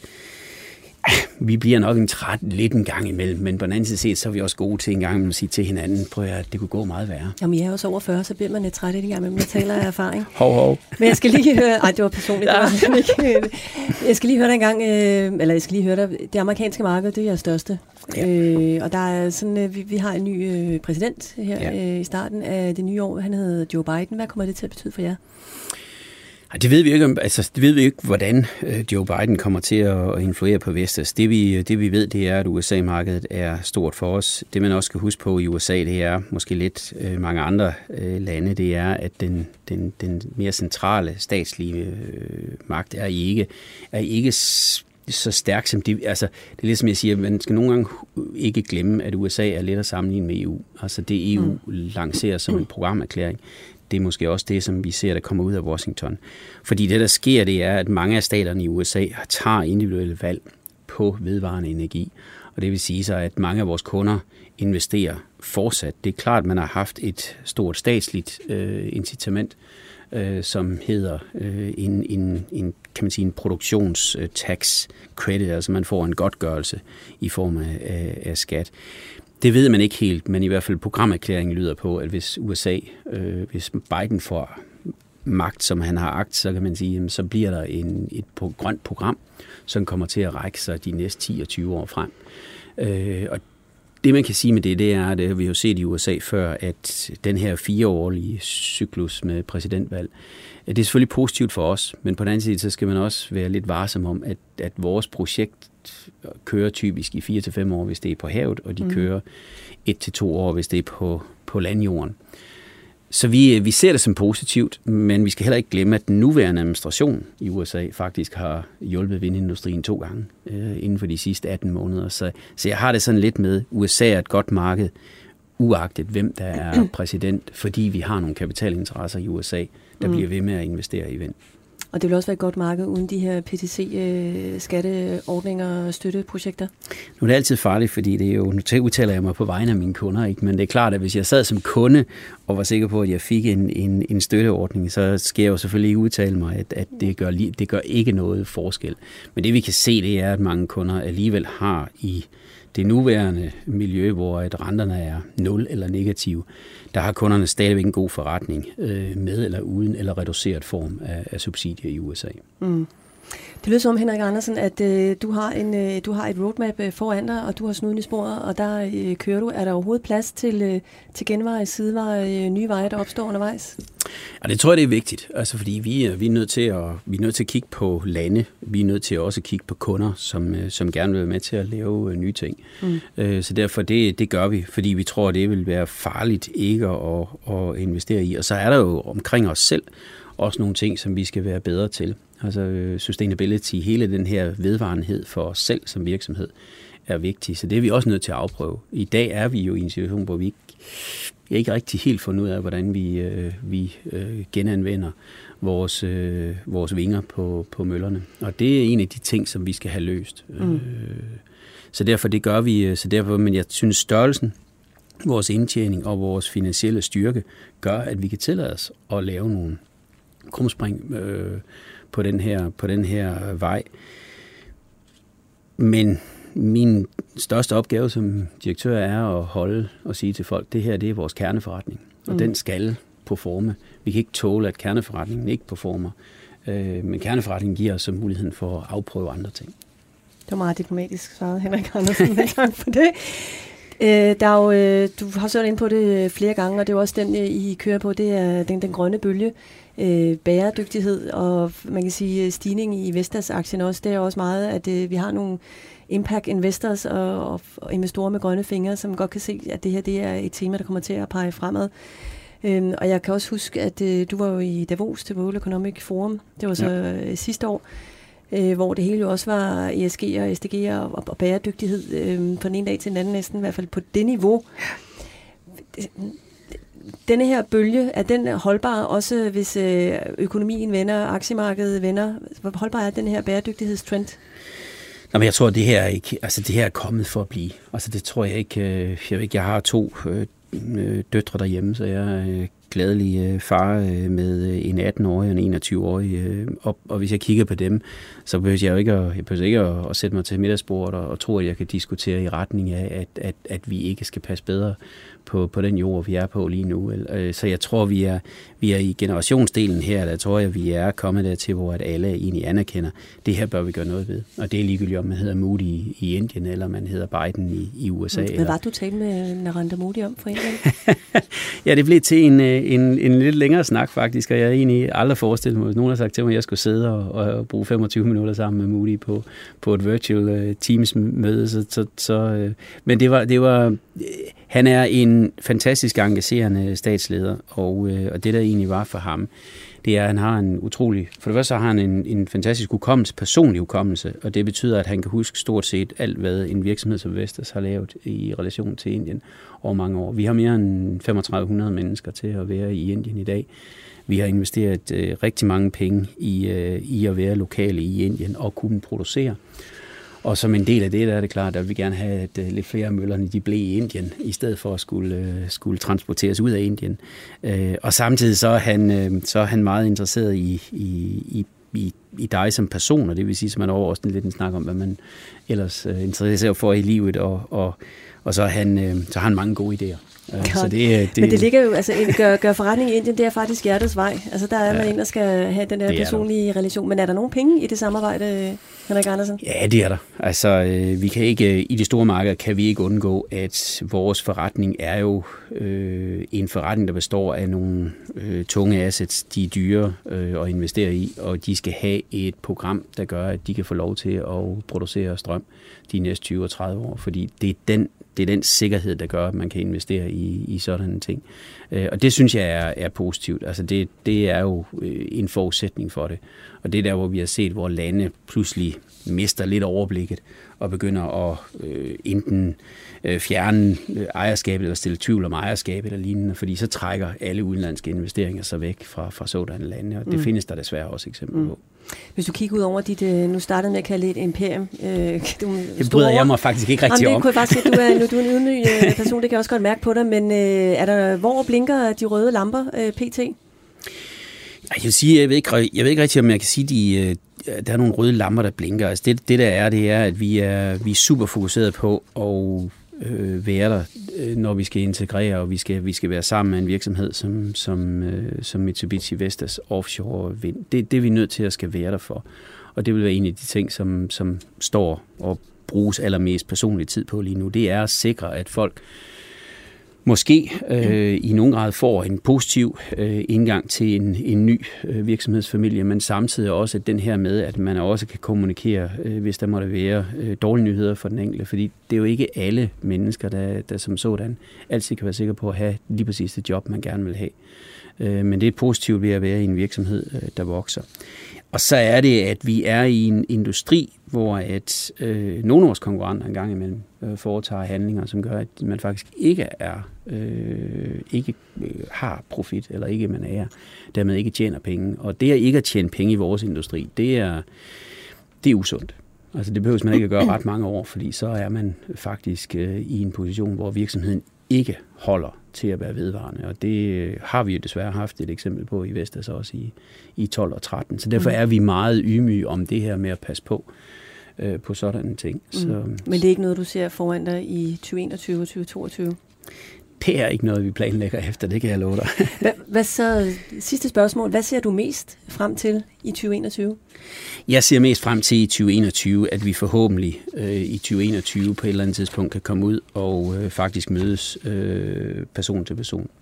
vi bliver nok en træt lidt en gang imellem, men på den anden side så er vi også gode til en gang at sige til hinanden, prøv at det kunne gå meget værre. Jamen, jeg er også over fyrre, så bliver man lidt træt en gang imellem. Jeg taler af erfaring. Hov, hov. Men jeg skal lige høre, ej, det var personligt. Det var ikke, jeg skal lige høre dig en gang, eller jeg skal lige høre dig, det amerikanske marked, det er jeres største. Ja. Øh, og der er sådan, vi, vi har en ny øh, præsident her ja. øh, i starten af det nye år. Han hedder Joe Biden. Hvad kommer det til at betyde for jer? Det ved vi ikke, altså det ved vi ikke, hvordan Joe Biden kommer til at influere på Vestas. Det vi, det vi ved, det er, at U S A-markedet er stort for os. Det man også skal huske på i U S A, det er måske lidt øh, mange andre øh, lande, det er, at den, den, den mere centrale statslige øh, magt er ikke, er ikke så stærk som det. Altså, det er lidt som jeg siger, man skal nogle gange ikke glemme, at U S A er lidt at sammenligne med E U. Altså det E U mm. lancerer som en programerklæring. Det er måske også det, som vi ser, der kommer ud af Washington. Fordi det, der sker, det er, at mange af staterne i U S A tager individuelle valg på vedvarende energi. Og det vil sige så, at mange af vores kunder investerer fortsat. Det er klart, at man har haft et stort statsligt øh, incitament, øh, som hedder øh, en, en, en, kan man sige, en produktionstax credit, altså man får en godtgørelse i form af, af, af skat. Det ved man ikke helt, men i hvert fald programerklæringen lyder på, at hvis U S A, øh, hvis Biden får magt, som han har agt, så kan man sige, jamen, så bliver der en, et grønt program, som kommer til at række sig de næste ti og tyve år frem. Øh, og det man kan sige med det, det er, at det har vi jo set i U S A før, at den her fireårlige cyklus med præsidentvalg, det er selvfølgelig positivt for os, men på den anden side, så skal man også være lidt varsom om, at, at vores projekt kører typisk i fire til fem år, hvis det er på havet, og de mm. kører et til to år, hvis det er på, på landjorden. Så vi, vi ser det som positivt, men vi skal heller ikke glemme, at den nuværende administration i U S A faktisk har hjulpet vindindustrien to gange øh, inden for de sidste atten måneder. Så, så jeg har det sådan lidt med, U S A er et godt marked, uagtet hvem der er præsident, fordi vi har nogle kapitalinteresser i U S A, der mm. bliver ved med at investere i vind. Og det vil også være et godt marked uden de her P T C-skatteordninger og støtteprojekter? Nu er det altid farligt, fordi det er jo, nu udtaler jeg mig på vegne af mine kunder, ikke? Men det er klart, at hvis jeg sad som kunde og var sikker på, at jeg fik en, en, en støtteordning, så skal jeg jo selvfølgelig ikke udtale mig, at, at det, gør, det gør ikke noget forskel. Men det vi kan se, det er, at mange kunder alligevel har i det nuværende miljø, hvor at renterne er nul eller negative, der har kunderne stadigvæk en god forretning øh, med eller uden eller reduceret form af, af subsidier i U S A. Mm. Det lyder som, Henrik Andersen, at øh, du, har en, øh, du har et roadmap øh, foran dig, og du har snuden i sporet, og der øh, kører du. Er der overhovedet plads til, øh, til genveje, sideveje, øh, nye veje, der opstår undervejs? Ja, det tror jeg, det er vigtigt, altså, fordi vi, vi, er nødt til at, vi er nødt til at kigge på lande, vi er nødt til også at kigge på kunder, som, som gerne vil være med til at lave øh, nye ting. Mm. Øh, så derfor, det, det gør vi, fordi vi tror, det vil være farligt ikke at, at investere i. Og så er der jo omkring os selv også nogle ting, som vi skal være bedre til. Altså sustainability, hele den her vedvarenhed for os selv som virksomhed er vigtig, så det er vi også nødt til at afprøve. I dag er vi jo i en situation, hvor vi ikke, ikke rigtig helt fundet ud af, hvordan vi, øh, vi øh, genanvender vores, øh, vores vinger på, på møllerne. Og det er en af de ting, som vi skal have løst. Mm. Øh, så derfor det gør vi, så derfor, men jeg synes størrelsen, vores indtjening og vores finansielle styrke gør, at vi kan tillade os at lave nogle krumspring øh, på den her på den her vej. Men min største opgave som direktør er at holde og sige til folk, det her det er vores kerneforretning, og mm. den skal performe. Vi kan ikke tåle, at kerneforretningen ikke performer, øh, men kerneforretningen giver os muligheden for at afprøve andre ting. Det var meget diplomatisk svaret, Henrik Andersen. Tak for det. Øh, der er jo, øh, du har søgt ind på det flere gange, og det er også den, I kører på, det er den, den grønne bølge. Øh, bæredygtighed og man kan sige stigning i Vestas-aktien også. Det er også meget, at øh, vi har nogle impact investors og, og, og investorer med grønne fingre, som godt kan se, at det her det er et tema, der kommer til at pege fremad. Øhm, og jeg kan også huske, at øh, du var jo i Davos til World Economic Forum. Det var så ja. sidste år, øh, hvor det hele jo også var E S G og S D G og, og bæredygtighed øh, fra den ene dag til den anden næsten, i hvert fald på det niveau. Denne her bølge, er den holdbar også, hvis øh, økonomien vender, aktiemarkedet vender? Hvor holdbar er den her bæredygtighedstrend? Nå, men jeg tror, det her er ikke, altså det her er kommet for at blive. Altså det tror jeg ikke. Jeg, jeg, ikke, jeg har to øh, døtre derhjemme, så jeg er glædelig øh, far øh, med en atten-årig og en enogtyve-årig. Øh, og, og hvis jeg kigger på dem, så behøver jeg jo ikke, at, jeg behøver ikke at, at sætte mig til middagsbordet og, og tro, at jeg kan diskutere i retning af, at, at, at vi ikke skal passe bedre på, på den jord, vi er på lige nu. Så jeg tror, vi er, vi er i generationsdelen her, der tror jeg, vi er kommet dertil, hvor at alle egentlig anerkender, det her bør vi gøre noget ved. Og det er ligegyldigt, om man hedder Modi i, i Indien, eller man hedder Biden i, i U S A. Hvad var du talt med Narendra Modi om for Indien? Ja, det blev til en, en, en lidt længere snak faktisk, og jeg har egentlig aldrig forestillet mig, hvis nogen har sagt til mig, at jeg skulle sidde og, og bruge femogtyve minutter sammen med Modi på, på et virtual uh, Teams-møde. Så, så, så, uh, men det var, det var, uh, han er en fantastisk engagerende statsleder, og, uh, og det der egentlig var for ham, det er, at han har en utrolig, for det første så har han en, en fantastisk hukommelse, personlig hukommelse, og det betyder, at han kan huske stort set alt, hvad en virksomhed som Vestas har lavet i relation til Indien over mange år. Vi har mere end femogtredive hundrede mennesker til at være i Indien i dag. Vi har investeret øh, rigtig mange penge i, øh, i at være lokale i Indien og kunne producere. Og som en del af det, der er det klart, at vi gerne have, at uh, lidt flere af møllerne de blev i Indien, i stedet for at skulle, uh, skulle transporteres ud af Indien. Uh, og samtidig så er, han, uh, så er han meget interesseret i, i, i, i, i dig som person, og det vil sige, at man over også lidt en snak om, hvad man ellers uh, interesserer for i livet, og, og, og så, er han, uh, så har han mange gode idéer. Uh, så det, det, Men det ligger jo, altså gør, gør forretning i Indien, det er faktisk hjertets vej. Altså der er man ja, ind og skal have den der personlige der. relation. Men er der nogen penge i det samarbejde, Henrik Andersen? Ja, det er der. Altså øh, vi kan ikke, i det store marked kan vi ikke undgå, at vores forretning er jo øh, en forretning, der består af nogle øh, tunge assets, de er dyre øh, at investere i, og de skal have et program, der gør, at de kan få lov til at producere strøm de næste tyve og tredive år, fordi det er den Det er den sikkerhed, der gør, at man kan investere i, i sådan en ting. Og det synes jeg er, er positivt. Altså det, det er jo en forudsætning for det. Og det er der, hvor vi har set, hvor lande pludselig mister lidt overblikket og begynder at øh, enten øh, fjerne ejerskabet eller stille tvivl om ejerskabet eller lignende, fordi så trækker alle udenlandske investeringer sig væk fra, fra sådanne lande, og det mm. findes der desværre også eksempler mm. på. Hvis du kigger ud over dit, nu startede med at kalde det et imperium. Øh, du, det bryder jeg mig faktisk ikke rigtig Jamen, om. Det kunne jeg faktisk sige, du er, nu, du er en ydmyg person, det kan jeg også godt mærke på dig, men øh, er der, hvor blinker de røde lamper øh, pt? Jeg vil sige, jeg ved ikke, jeg ved ikke rigtig, om jeg kan sige, de, der er nogle røde lamper, der blinker. Altså det, det der er, det er, at vi er, vi er super fokuseret på at øh, være der, når vi skal integrere, og vi skal, vi skal være sammen med en virksomhed som, som, øh, som Mitsubishi Vestas Offshore Vind. Det, det er vi nødt til at skal være der for. Og det vil være en af de ting, som, som står og bruges allermest personlig tid på lige nu. Det er at sikre, at folk måske øh, i nogen grad får en positiv øh, indgang til en, en ny øh, virksomhedsfamilie, men samtidig også at den her med, at man også kan kommunikere, øh, hvis der måtte være øh, dårlige nyheder for den enkelte, fordi det er jo ikke alle mennesker, der, der som sådan altid kan være sikre på at have lige præcis det job, man gerne vil have. Øh, men det er positivt ved at være i en virksomhed, øh, der vokser. Og så er det, at vi er i en industri, hvor at øh, nogle af vores konkurrenter engang imellem øh, foretager handlinger, som gør, at man faktisk ikke er øh, ikke øh, har profit, eller ikke man er, dermed ikke tjener penge. Og det at ikke at tjene penge i vores industri, det er, det er usundt. Altså det behøver man ikke at gøre ret mange år, fordi så er man faktisk øh, i en position, hvor virksomheden ikke holder til at være vedvarende, og det har vi jo desværre haft et eksempel på i Vestas også i, i tolv og tretten. Så derfor er vi meget ydmyge om det her med at passe på øh, på sådan ting. Så, mm. Men det er ikke noget, du ser foran dig i tyve enogtyve og tyve toogtyve? Det er ikke noget, vi planlægger efter, det kan jeg love dig. Hvad, hvad så, sidste spørgsmål, hvad ser du mest frem til i tyve enogtyve? Jeg ser mest frem til i tyve enogtyve, at vi forhåbentlig øh, i tyve enogtyve på et eller andet tidspunkt kan komme ud og øh, faktisk mødes øh, person til person.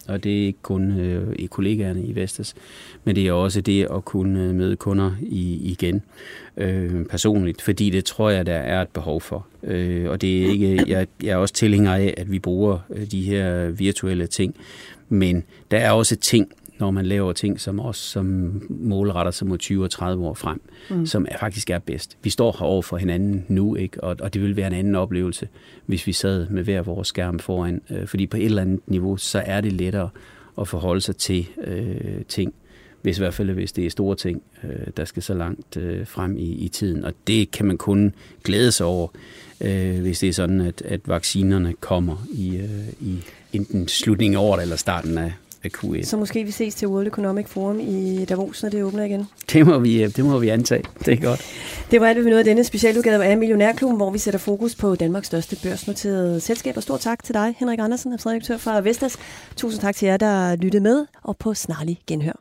Og det er ikke kun øh, i kollegaerne i Vestas, men det er også det at kunne møde kunder i, igen øh, personligt, fordi det tror jeg, der er et behov for. Øh, og det er ikke, jeg, jeg er også tilhænger af, at vi bruger de her virtuelle ting, men der er også ting, når man laver ting, som også som målretter sig mod tyve og tredive år frem, mm. som er, faktisk er bedst. Vi står her over for hinanden nu, ikke? Og, og det vil være en anden oplevelse, hvis vi sad med hver vores skærm foran. Øh, fordi på et eller andet niveau, så er det lettere at forholde sig til øh, ting, hvis i hvert fald hvis det er store ting, øh, der skal så langt øh, frem i, i tiden. Og det kan man kun glæde sig over, øh, hvis det er sådan, at, at vaccinerne kommer i, øh, i enten slutningen af året eller starten af Q et. Så måske vi ses til World Economic Forum i Davos, når det åbner igen? Det må vi, det må vi antage. Det er godt. Det var alt, hvad vi nåede af denne specialudgave af Millionærklubben, hvor vi sætter fokus på Danmarks største børsnoterede selskab. Og stor tak til dig, Henrik Andersen, administrativ fra Vestas. Tusind tak til jer, der lyttede med, og på snarlig genhør.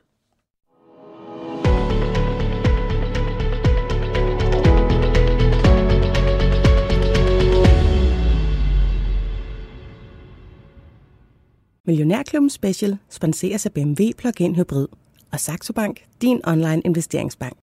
Millionærklubben Special sponseres af B M W Plug-in Hybrid og Saxo Bank, din online investeringsbank.